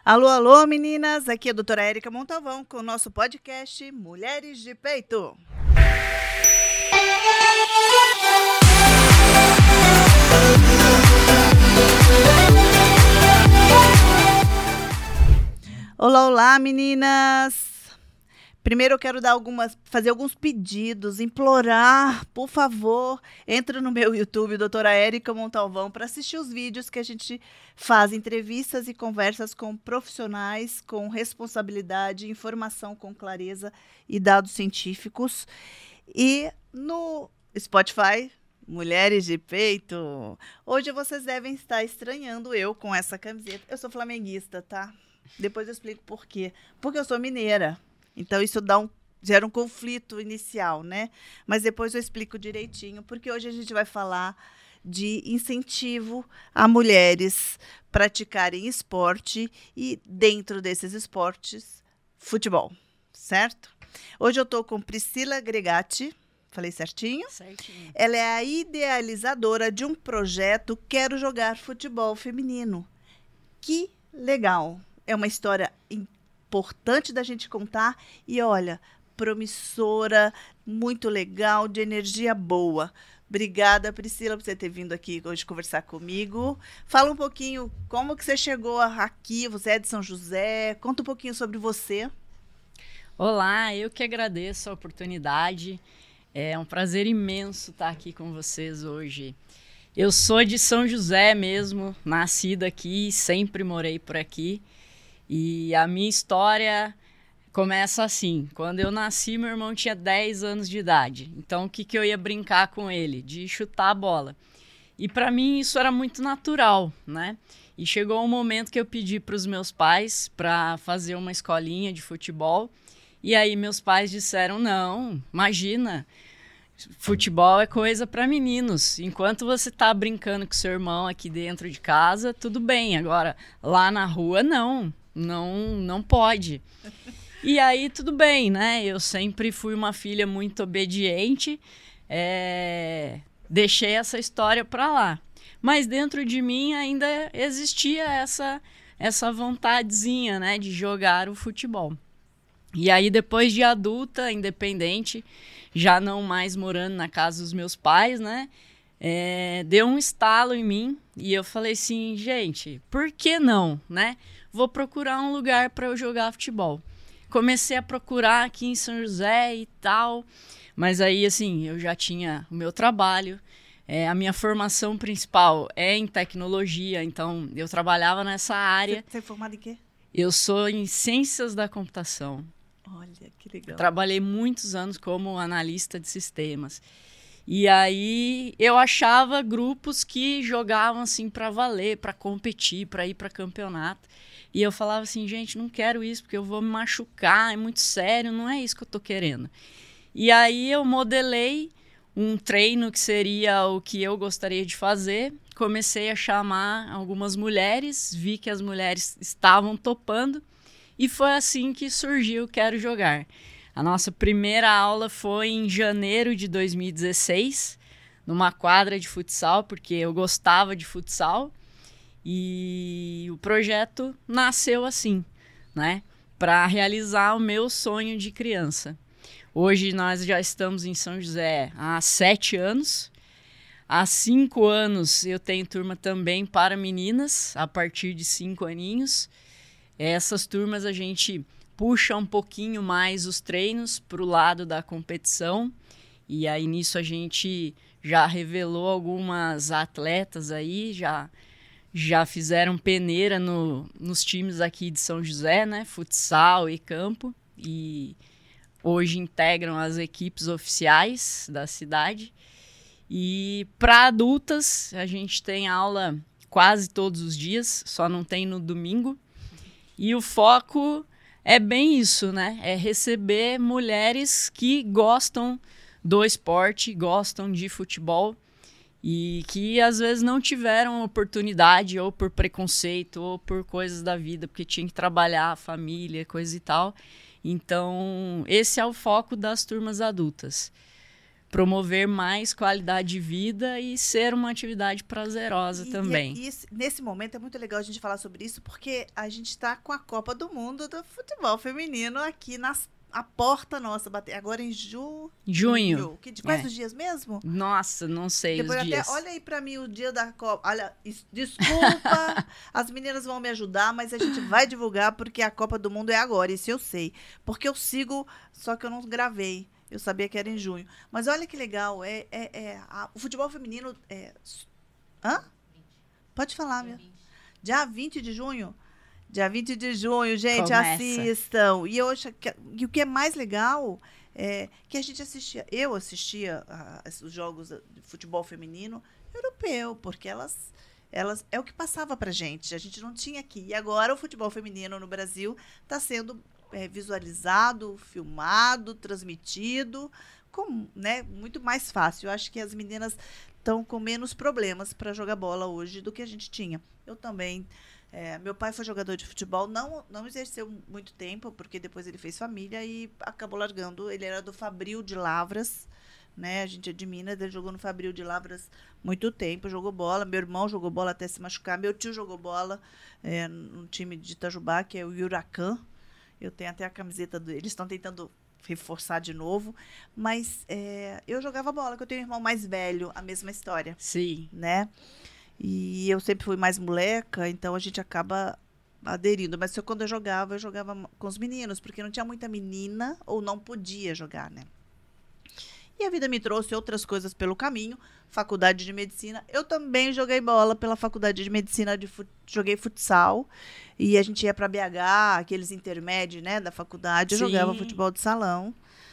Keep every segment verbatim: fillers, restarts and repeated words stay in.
Alô, alô, meninas! Aqui é a doutora Érica Montalvão com o nosso podcast Mulheres de Peito. Olá, olá, meninas! Primeiro eu quero dar algumas, fazer alguns pedidos, implorar, por favor, entre no meu YouTube, doutora Érica Montalvão, para assistir os vídeos que a gente faz, entrevistas e conversas com profissionais, com responsabilidade, informação com clareza e dados científicos. E no Spotify, Mulheres de Peito. Hoje vocês devem estar estranhando eu com essa camiseta. Eu sou flamenguista, tá? Depois eu explico por quê. Porque eu sou mineira. Então, isso dá um, gera um conflito inicial, né? Mas depois eu explico direitinho, porque hoje a gente vai falar de incentivo a mulheres praticarem esporte e, dentro desses esportes, futebol, certo? Hoje eu estou com Priscila Gregatti, falei certinho? Certinho. Ela é a idealizadora de um projeto Quero Jogar Futebol Feminino. Que legal! É uma história incrível. Importante da gente contar e, olha, promissora, muito legal, de energia boa. Obrigada, Priscila, por você ter vindo aqui hoje conversar comigo. Fala um pouquinho como que você chegou aqui, você é de São José, conta um pouquinho sobre você. Olá, eu que agradeço a oportunidade, é um prazer imenso estar aqui com vocês hoje. Eu sou de São José mesmo, nascida aqui, sempre morei por aqui. E a minha história começa assim. Quando eu nasci, meu irmão tinha dez anos de idade. Então, o que, que eu ia brincar com ele? De chutar a bola. E para mim isso era muito natural, né? E chegou um momento que eu pedi para os meus pais para fazer uma escolinha de futebol. E aí meus pais disseram, não, imagina, futebol é coisa para meninos. Enquanto você tá brincando com seu irmão aqui dentro de casa, tudo bem. Agora, lá na rua, não. Não, não pode. E aí, tudo bem, né? Eu sempre fui uma filha muito obediente, é... deixei essa história para lá. Mas dentro de mim ainda existia essa, essa vontadezinha, né, de jogar o futebol. E aí, depois de adulta, independente, já não mais morando na casa dos meus pais, né? É... deu um estalo em mim e eu falei assim, gente, por que não, né? Vou procurar um lugar para eu jogar futebol. Comecei a procurar aqui em São José e tal, mas aí, assim, eu já tinha o meu trabalho, é, a minha formação principal é em tecnologia, então eu trabalhava nessa área. Você é formada em quê? Eu sou em ciências da computação. Olha, que legal. Trabalhei muitos anos como analista de sistemas. E aí eu achava grupos que jogavam assim para valer, para competir, para ir para campeonato. E eu falava assim, gente, não quero isso porque eu vou me machucar, é muito sério, não é isso que eu tô querendo. E aí eu modelei um treino que seria o que eu gostaria de fazer. Comecei a chamar algumas mulheres, vi que as mulheres estavam topando e foi assim que surgiu Quero Jogar. A nossa primeira aula foi em janeiro de dois mil e dezesseis, numa quadra de futsal, porque eu gostava de futsal. E o projeto nasceu assim, né? Para realizar o meu sonho de criança. Hoje nós já estamos em São José há sete anos. Há cinco anos eu tenho turma também para meninas, a partir de cinco aninhos. Essas turmas a gente puxa um pouquinho mais os treinos para o lado da competição. E aí nisso a gente já revelou algumas atletas aí, já... Já fizeram peneira no, nos times aqui de São José, né? Futsal e campo. E hoje integram as equipes oficiais da cidade. E para adultas, a gente tem aula quase todos os dias, só não tem no domingo. E o foco é bem isso, né? É receber mulheres que gostam do esporte, gostam de futebol. E que às vezes não tiveram oportunidade, ou por preconceito, ou por coisas da vida, porque tinha que trabalhar, família, coisa e tal. Então, esse é o foco das turmas adultas. promover mais qualidade de vida e ser uma atividade prazerosa e, também. E, e nesse momento é muito legal a gente falar sobre isso, porque a gente está com a Copa do Mundo do futebol feminino aqui nas a porta nossa, bater agora em ju... junho. Que, de quais é. os dias mesmo? Nossa, não sei Depois os até, dias. olha aí pra mim o dia da Copa. Olha, isso, desculpa, as meninas vão me ajudar, mas a gente vai divulgar porque a Copa do Mundo é agora, isso eu sei. Porque eu sigo, só que eu não gravei. Eu sabia que era em junho. Mas olha que legal, é, é, é a, o futebol feminino... É... Hã? Pode falar, minha. Dia vinte de junho? Dia vinte de junho, gente, Começa. assistam. E, eu acho que, e o que é mais legal é que a gente assistia, eu assistia a, a, os jogos de futebol feminino europeu, porque elas, elas é o que passava pra gente. A gente não tinha aqui. E agora o futebol feminino no Brasil está sendo é, visualizado, filmado, transmitido, com, né, muito mais fácil. Eu acho que as meninas estão com menos problemas para jogar bola hoje do que a gente tinha. Eu também. É, meu pai foi jogador de futebol, não, não exerceu muito tempo, porque depois ele fez família e acabou largando. Ele era do Fabril de Lavras, né? A gente é de Minas, ele jogou no Fabril de Lavras muito tempo, jogou bola. Meu irmão jogou bola até se machucar. Meu tio jogou bola é, no time de Itajubá, que é o Huracan. Eu tenho até a camiseta dele. Eles estão tentando reforçar de novo. Mas é, eu jogava bola, que eu tenho um irmão mais velho, a mesma história. Sim. Né? E eu sempre fui mais moleca, então a gente acaba aderindo. Mas eu, quando eu jogava, eu jogava com os meninos, porque não tinha muita menina ou não podia jogar, né? E a vida me trouxe outras coisas pelo caminho. Faculdade de Medicina. Eu também joguei bola pela Faculdade de Medicina, de fut... joguei futsal. E a gente ia para B H, aqueles intermédios, né, da faculdade. Eu Sim. jogava futebol de salão.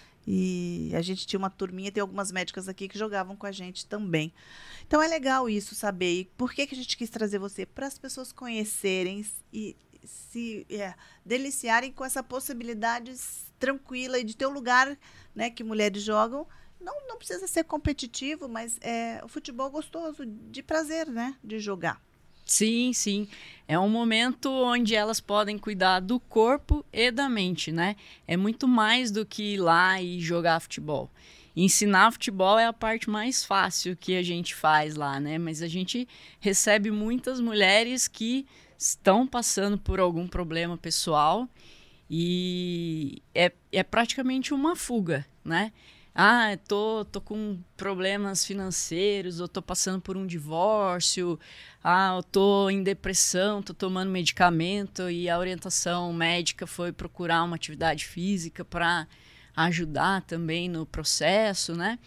E a gente tinha uma turminha, tem algumas médicas aqui que jogavam com a gente também. Então é legal isso, saber. E por que, que a gente quis trazer você? Para as pessoas conhecerem e se é, deliciarem com essa possibilidade tranquila e de ter um lugar, né, que mulheres jogam. Não, não precisa ser competitivo, mas é o futebol gostoso, de prazer, né, de jogar. Sim, sim. É um momento onde elas podem cuidar do corpo e da mente, né? É muito mais do que ir lá e jogar futebol. Ensinar futebol é a parte mais fácil que a gente faz lá, né? Mas a gente recebe muitas mulheres que estão passando por algum problema pessoal e é, é praticamente uma fuga, né? Ah, tô, tô com problemas financeiros, ou tô passando por um divórcio, ah, eu tô em depressão, tô tomando medicamento e a orientação médica foi procurar uma atividade física para ajudar também no processo, né?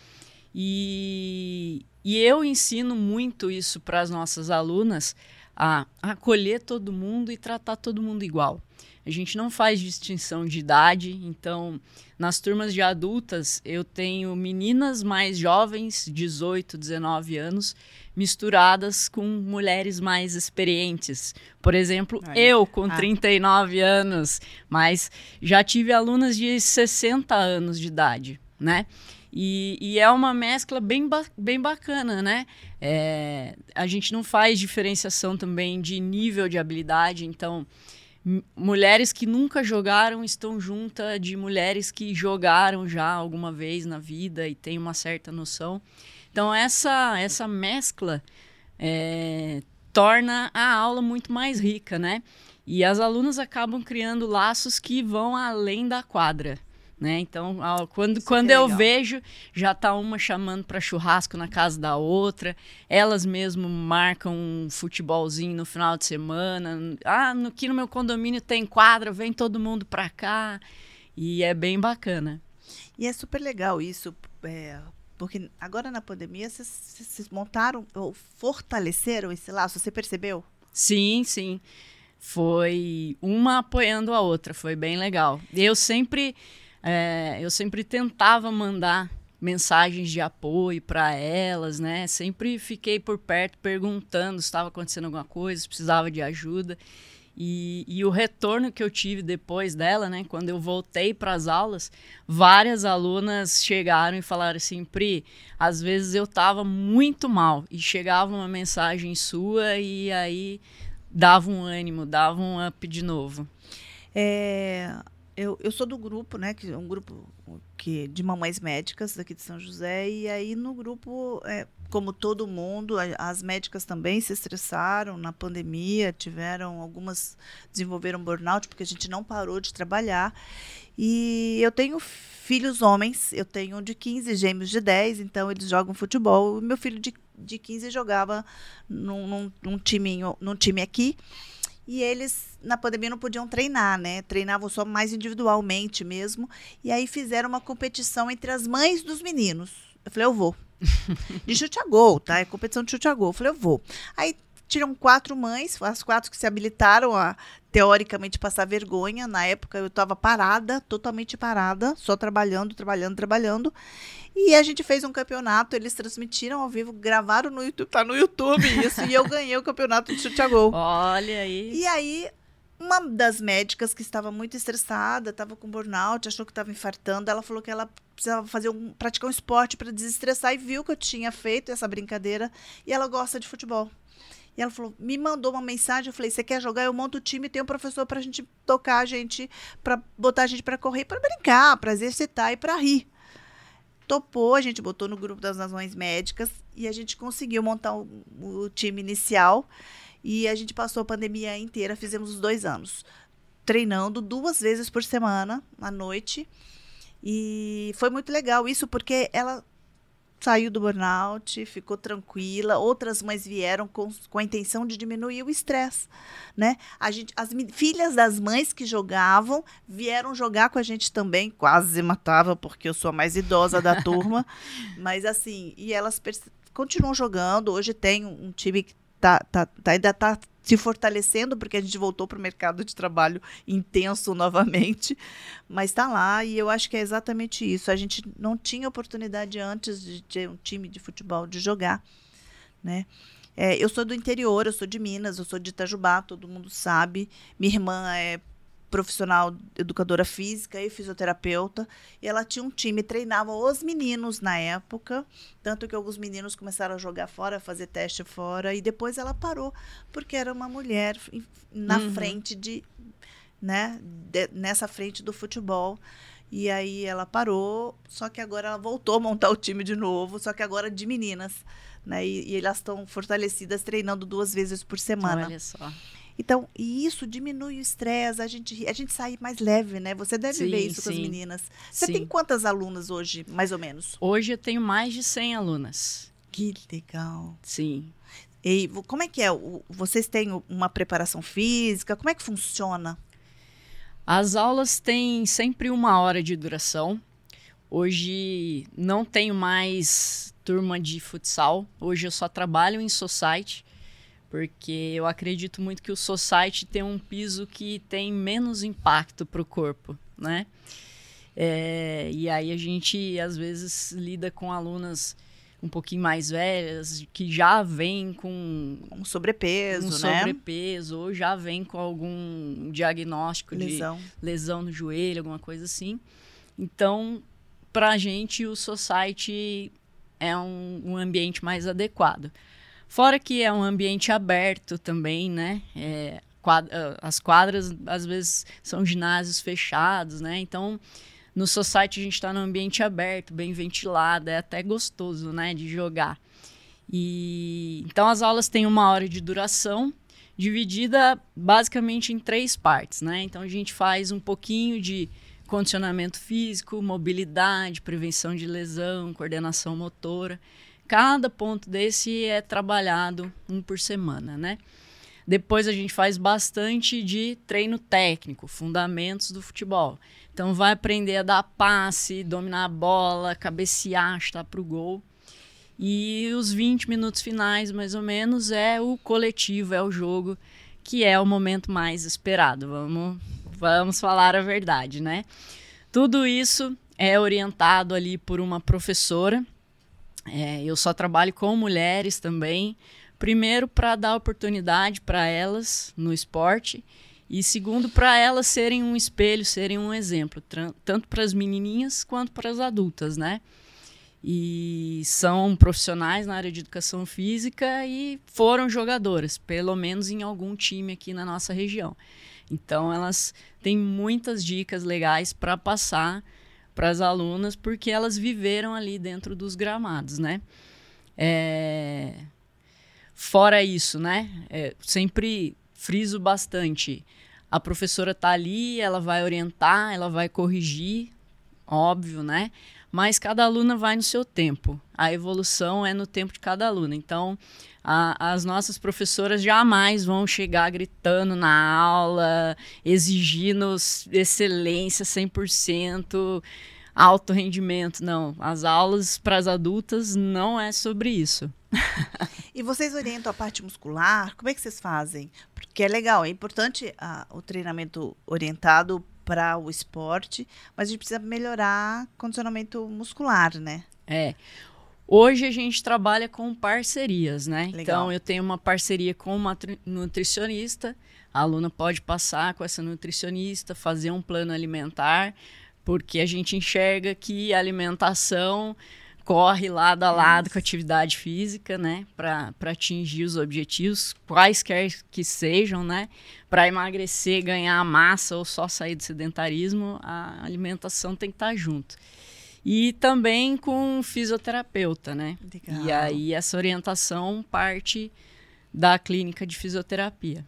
E, e eu ensino muito isso para as nossas alunas, a acolher todo mundo e tratar todo mundo igual. A gente não faz distinção de idade, então nas turmas de adultas eu tenho meninas mais jovens, dezoito, dezenove anos, misturadas com mulheres mais experientes. Por exemplo, Ai. eu com ah. trinta e nove anos, mas já tive alunas de sessenta anos de idade, né? E, e é uma mescla bem, ba bem bacana, né? É, a gente não faz diferenciação também de nível de habilidade, então mulheres que nunca jogaram estão juntas de mulheres que jogaram já alguma vez na vida e têm uma certa noção. Então essa, essa mescla é, torna a aula muito mais rica, né? E as alunas acabam criando laços que vão além da quadra. Né? Então, quando, quando eu vejo, já tá uma chamando para churrasco na casa da outra, elas mesmo marcam um futebolzinho no final de semana. Ah, no, aqui no meu condomínio tem quadra, vem todo mundo para cá. E é bem bacana. E é super legal isso, é, porque agora na pandemia vocês montaram ou fortaleceram esse laço, você percebeu? Sim, sim. Foi uma apoiando a outra, foi bem legal. Eu sempre... É, eu sempre tentava mandar mensagens de apoio para elas, né? Sempre fiquei por perto perguntando se estava acontecendo alguma coisa, se precisava de ajuda. E, e o retorno que eu tive depois dela, né? Quando eu voltei para as aulas, várias alunas chegaram e falaram assim: Pri, às vezes eu estava muito mal e chegava uma mensagem sua e aí dava um ânimo, dava um up de novo. É... Eu, eu sou do grupo, né, que é um grupo que, de mamães médicas daqui de São José, e aí no grupo, é, como todo mundo, a, as médicas também se estressaram na pandemia, tiveram, algumas desenvolveram burnout, porque a gente não parou de trabalhar. E eu tenho filhos homens, eu tenho um de quinze, gêmeos de dez, então eles jogam futebol. O meu filho de, de quinze jogava num, num, num, timinho, num time aqui. E eles, na pandemia, não podiam treinar, né? Treinavam só mais individualmente mesmo. E aí fizeram uma competição entre as mães dos meninos. Eu falei, eu vou. De chute a gol, tá? É competição de chute a gol. Eu falei, eu vou. Aí tiram quatro mães, as quatro que se habilitaram a, teoricamente, passar vergonha. Na época, eu estava parada, totalmente parada, só trabalhando, trabalhando, trabalhando. E a gente fez um campeonato, eles transmitiram ao vivo, gravaram no YouTube, tá no YouTube isso, e eu ganhei o campeonato de chute a gol. Olha aí. E aí, uma das médicas que estava muito estressada, estava com burnout, achou que estava infartando, ela falou que ela precisava fazer um, praticar um esporte para desestressar e viu que eu tinha feito essa brincadeira e ela gosta de futebol. E ela falou, me mandou uma mensagem, eu falei, você quer jogar? Eu monto o time, tem um professor pra gente tocar a gente, pra botar a gente pra correr, pra brincar, pra exercitar e pra rir. Topou, a gente botou no grupo das Nações Médicas e a gente conseguiu montar o, o time inicial e a gente passou a pandemia inteira, fizemos os dois anos, treinando duas vezes por semana, à noite, e foi muito legal isso, porque ela saiu do burnout, ficou tranquila. Outras mães vieram com, com a intenção de diminuir o estresse, né? A gente, as filhas das mães que jogavam vieram jogar com a gente também. Quase matava, porque eu sou a mais idosa da turma. Mas assim, e elas continuam jogando. Hoje tem um time que tá, tá, tá, ainda está se fortalecendo, porque a gente voltou para o mercado de trabalho intenso novamente, mas está lá, e eu acho que é exatamente isso. A gente não tinha oportunidade antes de ter um time de futebol, de jogar, né? É, eu sou do interior, eu sou de Minas, eu sou de Itajubá, todo mundo sabe. Minha irmã é profissional, educadora física e fisioterapeuta, e ela tinha um time, treinava os meninos na época, tanto que alguns meninos começaram a jogar fora, fazer teste fora, e depois ela parou, porque era uma mulher na uhum. frente de, né, de, nessa frente do futebol, e aí ela parou, só que agora ela voltou a montar o time de novo, só que agora de meninas, né, e, e elas estão fortalecidas, treinando duas vezes por semana. Olha só. Então, e isso diminui o estresse, a gente, a gente sai mais leve, né? Você deve sim, ver isso sim, com as meninas. Você sim. tem quantas alunas hoje, mais ou menos? Hoje eu tenho mais de cem alunas. Que legal. Sim. E como é que é? Vocês têm uma preparação física? Como é que funciona? As aulas têm sempre uma hora de duração. Hoje não tenho mais turma de futsal. Hoje eu só trabalho em society. Porque eu acredito muito que o society tem um piso que tem menos impacto para o corpo, né? É, e aí a gente, às vezes, lida com alunas um pouquinho mais velhas, que já vêm com... Um sobrepeso, um né? sobrepeso, ou já vêm com algum diagnóstico lesão. de lesão no joelho, alguma coisa assim. Então, para a gente, o society é um, um ambiente mais adequado. Fora que é um ambiente aberto também, né? É, quadra, as quadras, às vezes, são ginásios fechados, né? Então, no society a gente está num ambiente aberto, bem ventilado, é até gostoso, né? De jogar. E, então, as aulas têm uma hora de duração, dividida basicamente em três partes, né? Então, a gente faz um pouquinho de condicionamento físico, mobilidade, prevenção de lesão, coordenação motora. Cada ponto desse é trabalhado um por semana, né? Depois a gente faz bastante de treino técnico, fundamentos do futebol. Então vai aprender a dar passe, dominar a bola, cabecear, chutar para o gol. E os vinte minutos finais, mais ou menos, é o coletivo, é o jogo, que é o momento mais esperado. Vamos, vamos falar a verdade, né? Tudo isso é orientado ali por uma professora. É, eu só trabalho com mulheres também, primeiro para dar oportunidade para elas no esporte e segundo para elas serem um espelho, serem um exemplo, tanto para as menininhas quanto para as adultas, né? E são profissionais na área de educação física e foram jogadoras, pelo menos em algum time aqui na nossa região. Então, elas têm muitas dicas legais para passar para as alunas, porque elas viveram ali dentro dos gramados, né? É... Fora isso, né? É, sempre friso bastante. A professora tá ali, ela vai orientar, ela vai corrigir, óbvio, né? Mas cada aluna vai no seu tempo. A evolução é no tempo de cada aluna. Então, a, as nossas professoras jamais vão chegar gritando na aula, exigindo excelência cem por cento, alto rendimento. Não, as aulas para as adultas não é sobre isso. E vocês orientam a parte muscular? Como é que vocês fazem? Porque é legal, é importante ah, o treinamento orientado para o esporte, mas a gente precisa melhorar o condicionamento muscular, né? É. Hoje a gente trabalha com parcerias, né? Legal. Então eu tenho uma parceria com uma nutricionista, a aluna pode passar com essa nutricionista, fazer um plano alimentar, porque a gente enxerga que a alimentação corre lado a lado Isso. com a atividade física, né? Para atingir os objetivos, quaisquer que sejam, né? Para emagrecer, ganhar massa ou só sair do sedentarismo, a alimentação tem que estar junto. E também com fisioterapeuta, né? Legal. E aí essa orientação parte da clínica de fisioterapia.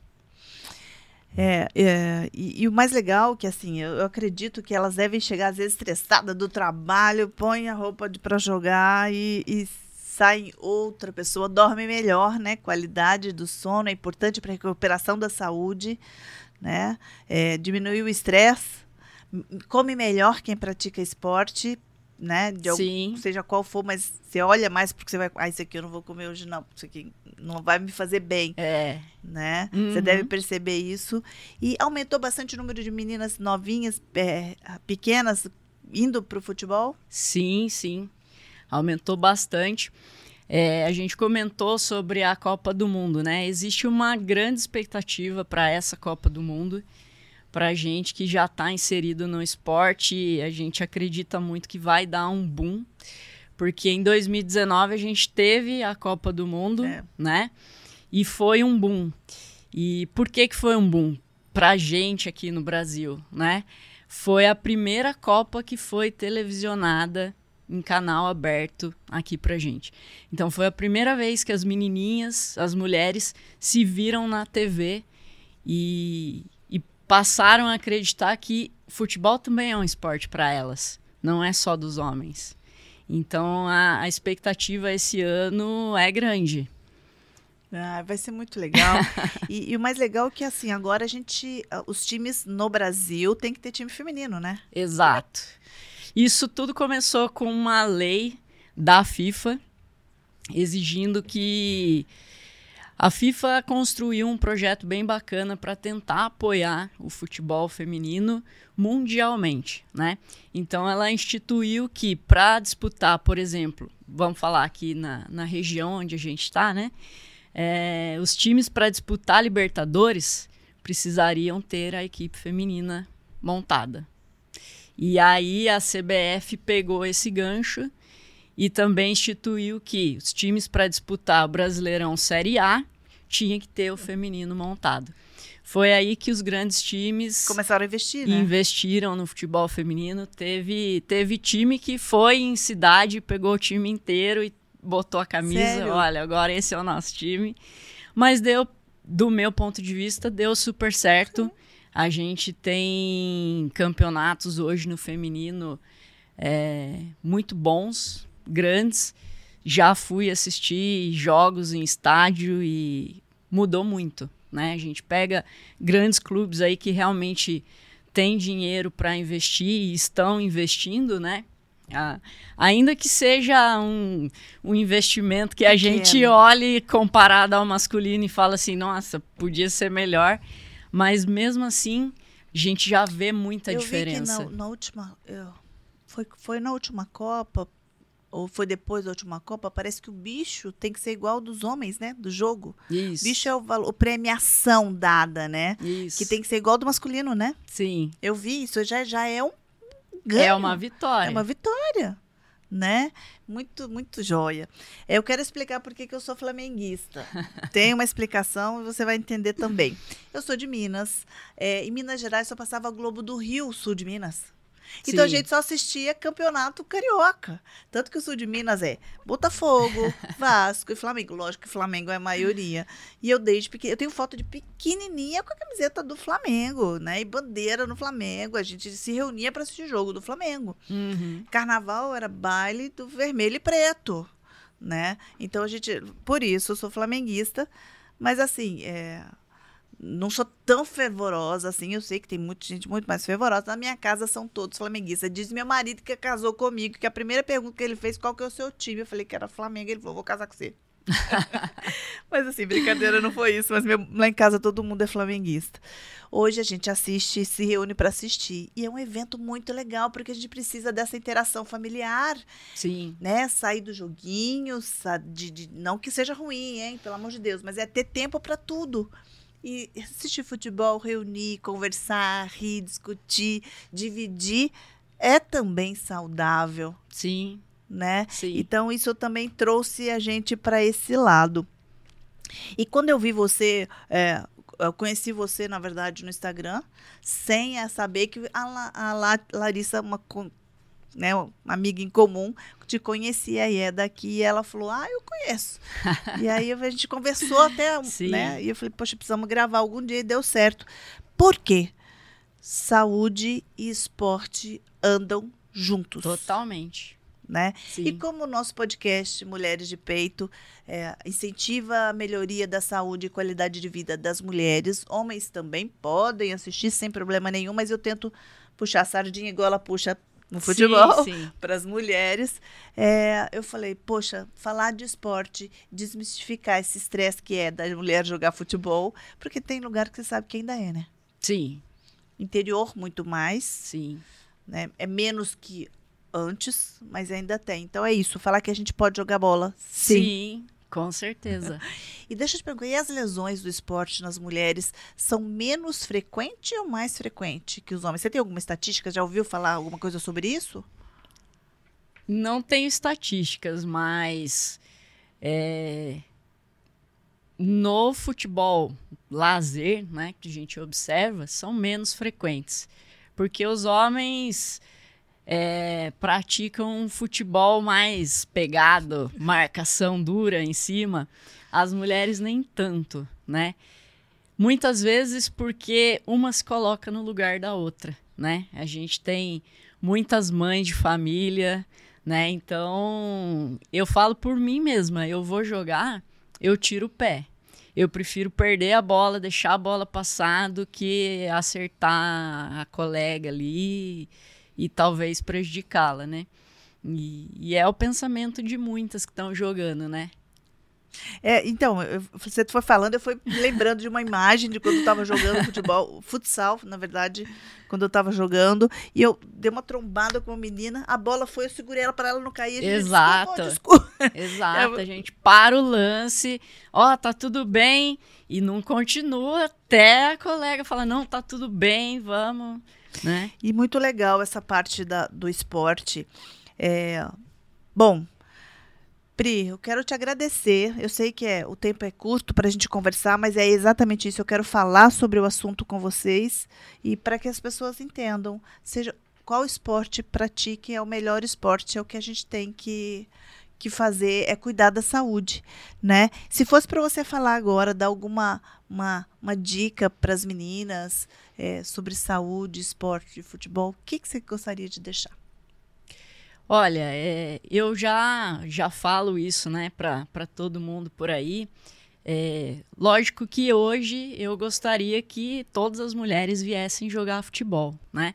É, é e, e o mais legal que, assim, eu, eu acredito que elas devem chegar, às vezes, estressadas do trabalho, põem a roupa para jogar e, e saem outra pessoa, dorme melhor, né? Qualidade do sono é importante para a recuperação da saúde, né? É, diminui o estresse, come melhor quem pratica esporte, né? De algum, seja qual for, mas você olha mais porque você vai... Ah, isso aqui eu não vou comer hoje, não. Isso aqui não vai me fazer bem. É. Né? Uhum. Você deve perceber isso. E aumentou bastante o número de meninas novinhas, é, pequenas, indo para o futebol? Sim, sim. Aumentou bastante. É, a gente comentou sobre a Copa do Mundo, né? Existe uma grande expectativa para essa Copa do Mundo. Para gente que já está inserido no esporte, a gente acredita muito que vai dar um boom, porque em dois mil e dezenove a gente teve a Copa do Mundo, é. né? E foi um boom. E por que que foi um boom? Para a gente aqui no Brasil, né? Foi a primeira Copa que foi televisionada em canal aberto aqui pra gente. Então foi a primeira vez que as menininhas, as mulheres, se viram na T V e... passaram a acreditar que futebol também é um esporte para elas, não é só dos homens. Então, a, a expectativa esse ano é grande. Ah, vai ser muito legal. e, e o mais legal é que, assim, agora a gente, os times no Brasil tem que ter time feminino, né? Exato. Isso tudo começou com uma lei da FIFA exigindo que... A FIFA construiu um projeto bem bacana para tentar apoiar o futebol feminino mundialmente, né? Então, ela instituiu que para disputar, por exemplo, vamos falar aqui na, na região onde a gente está, né? É, os times para disputar a Libertadores precisariam ter a equipe feminina montada. E aí a C B F pegou esse gancho e também instituiu que os times para disputar o Brasileirão Série A tinha que ter o feminino montado. Foi aí que os grandes times começaram a investir, né? Investiram no futebol feminino. Teve, teve time que foi em cidade, pegou o time inteiro e botou a camisa. Sério? Olha, agora esse é o nosso time. Mas deu, do meu ponto de vista, deu super certo. A gente tem campeonatos hoje no feminino é, muito bons, grandes. Já fui assistir jogos em estádio e mudou muito, né? A gente pega grandes clubes aí que realmente têm dinheiro para investir e estão investindo, né? Ah, ainda que seja um, um investimento que a Pequeno. gente olhe comparado ao masculino e fala assim, nossa, podia ser melhor, mas mesmo assim a gente já vê muita eu diferença. Vi que na, na última, eu, foi, foi na última Copa, ou foi depois da última Copa, parece que o bicho tem que ser igual ao dos homens, né? Do jogo. Isso. Bicho é o valor, premiação dada, né? Isso. Que tem que ser igual ao do masculino, né? Sim. Eu vi isso, já, já é um ganho. É uma vitória. É uma vitória. né? Muito, muito joia. Eu quero explicar por que que eu sou flamenguista. Tem uma explicação e você vai entender também. Eu sou de Minas. É, em Minas Gerais só passava Globo do Rio, sul de Minas. Então a Sim. gente só assistia campeonato carioca. Tanto que o sul de Minas é Botafogo, Vasco e Flamengo. Lógico que Flamengo é a maioria. E eu desde pequena, eu tenho foto de pequenininha com a camiseta do Flamengo, né? E bandeira no Flamengo. A gente se reunia para assistir jogo do Flamengo. Uhum. Carnaval era baile do vermelho e preto, né? Então a gente, por isso eu sou flamenguista, mas assim, é, não sou tão fervorosa assim. Eu sei que tem muita gente muito mais fervorosa. Na minha casa são todos flamenguistas. Diz meu marido que casou comigo, que a primeira pergunta que ele fez, qual que é o seu time? Eu falei que era Flamengo. Ele falou, vou casar com você. Mas assim, brincadeira, não foi isso. Mas meu, lá em casa todo mundo é flamenguista. Hoje a gente assiste, se reúne para assistir. E é um evento muito legal, porque a gente precisa dessa interação familiar. Sim. Né? Sair do joguinho, sa- de, de- não que seja ruim, hein? Pelo amor de Deus, mas é ter tempo para tudo. E assistir futebol, reunir, conversar, rir, discutir, dividir, é também saudável, Sim. né? Sim. Então, isso também trouxe a gente para esse lado. E quando eu vi você, é, eu conheci você, na verdade, no Instagram, sem é, saber que a, La- a La- Larissa, uma, co- né, uma amiga em comum, te conhecia e é daqui, e ela falou, ah, eu conheço. E aí a gente conversou até, Sim. né? E eu falei, poxa, precisamos gravar algum dia, e deu certo. Por quê? Saúde e esporte andam juntos. Totalmente. Né? Sim. E como o nosso podcast Mulheres de Peito é, incentiva a melhoria da saúde e qualidade de vida das mulheres, homens também podem assistir sem problema nenhum, mas eu tento puxar a sardinha igual ela puxa no futebol Sim, sim. para as mulheres. É, eu falei, poxa, falar de esporte, desmistificar esse estresse que é da mulher jogar futebol, porque tem lugar que você sabe que ainda é, né? Sim. Interior, muito mais, Sim. né? É menos que antes, mas ainda tem. Então é isso, falar que a gente pode jogar bola, sim. Sim, com certeza. E deixa eu te perguntar, e as lesões do esporte nas mulheres são menos frequentes ou mais frequentes que os homens? Você tem alguma estatística? Já ouviu falar alguma coisa sobre isso? Não tenho estatísticas, mas é, no futebol lazer, né, que a gente observa, são menos frequentes. Porque os homens é, praticam um futebol mais pegado, marcação dura em cima, as mulheres nem tanto, né? Muitas vezes porque uma se coloca no lugar da outra, né? A gente tem muitas mães de família, né? Então, eu falo por mim mesma, eu vou jogar, eu tiro o pé. Eu prefiro perder a bola, deixar a bola passar do que acertar a colega ali e talvez prejudicá-la, né? E, e é o pensamento de muitas que estão jogando, né? É, então, eu, você foi falando, eu fui lembrando de uma imagem de quando eu estava jogando futebol, futsal, na verdade, quando eu estava jogando, e eu dei uma trombada com uma menina, a bola foi, eu segurei ela para ela não cair. A gente, Exato. desculpa, desculpa. Exato, a gente para o lance, ó, tá tudo bem, e não continua até a colega falar, não, tá tudo bem, vamos, né? E muito legal essa parte da, do esporte. É, bom, Pri, eu quero te agradecer. Eu sei que é, o tempo é curto para a gente conversar, mas é exatamente isso. Eu quero falar sobre o assunto com vocês e para que as pessoas entendam, seja qual esporte pratique é o melhor esporte, é o que a gente tem que, que fazer, é cuidar da saúde, né? Se fosse para você falar agora, dar alguma uma, uma dica para as meninas é, sobre saúde, esporte e futebol, o que, que você gostaria de deixar? Olha, é, eu já, já falo isso, né, para todo mundo por aí. É, lógico que hoje eu gostaria que todas as mulheres viessem jogar futebol, né?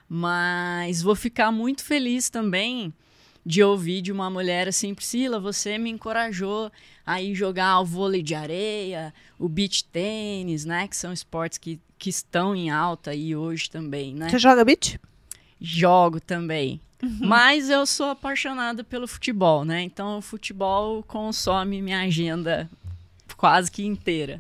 Mas vou ficar muito feliz também de ouvir de uma mulher assim, Priscila, você me encorajou a ir jogar o vôlei de areia, o beach tênis, né? Que são esportes que, que estão em alta aí hoje também, né? Você joga beach? Jogo também. Uhum. Mas eu sou apaixonada pelo futebol, né? Então o futebol consome minha agenda quase que inteira.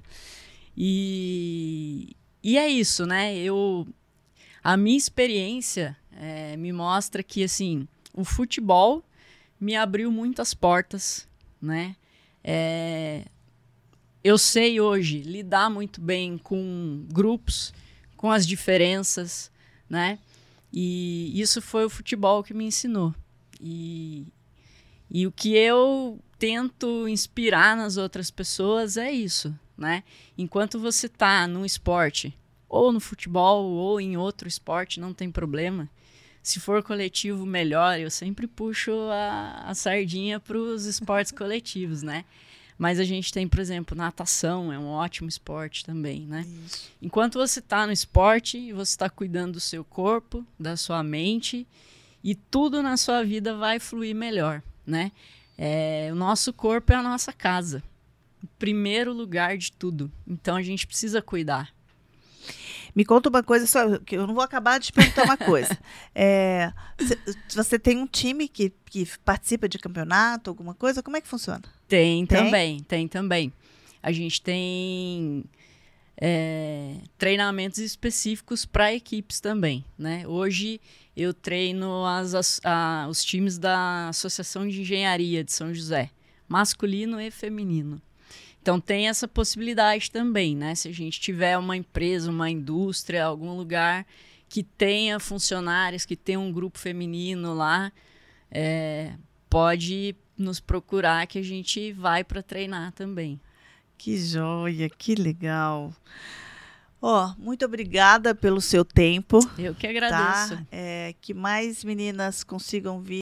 E, e é isso, né? Eu, a minha experiência é, me mostra que, assim, o futebol me abriu muitas portas, né? É, eu sei hoje lidar muito bem com grupos, com as diferenças, né? E isso foi o futebol que me ensinou. E, e o que eu tento inspirar nas outras pessoas é isso, né? Enquanto você tá num esporte, ou no futebol, ou em outro esporte, não tem problema. Se for coletivo, melhor. Eu sempre puxo a, a sardinha para os esportes coletivos, né? Mas a gente tem, por exemplo, natação, é um ótimo esporte também, né? Isso. Enquanto você está no esporte, você está cuidando do seu corpo, da sua mente, e tudo na sua vida vai fluir melhor, né? É, o nosso corpo é a nossa casa, o primeiro lugar de tudo. Então a gente precisa cuidar. Me conta uma coisa, só que eu não vou acabar de te perguntar uma coisa. É, você tem um time que, que participa de campeonato, alguma coisa? Como é que funciona? Tem, Tem? também, tem também. A gente tem é, treinamentos específicos para equipes também, né? Hoje eu treino as, as, a, os times da Associação de Engenharia de São José, masculino e feminino. Então tem essa possibilidade também, né? Se a gente tiver uma empresa, uma indústria, algum lugar que tenha funcionários, que tenha um grupo feminino lá, é, pode nos procurar que a gente vai para treinar também. Que joia, que legal. Ó, oh, muito obrigada pelo seu tempo. Eu que agradeço. Tá? É, que mais meninas consigam vir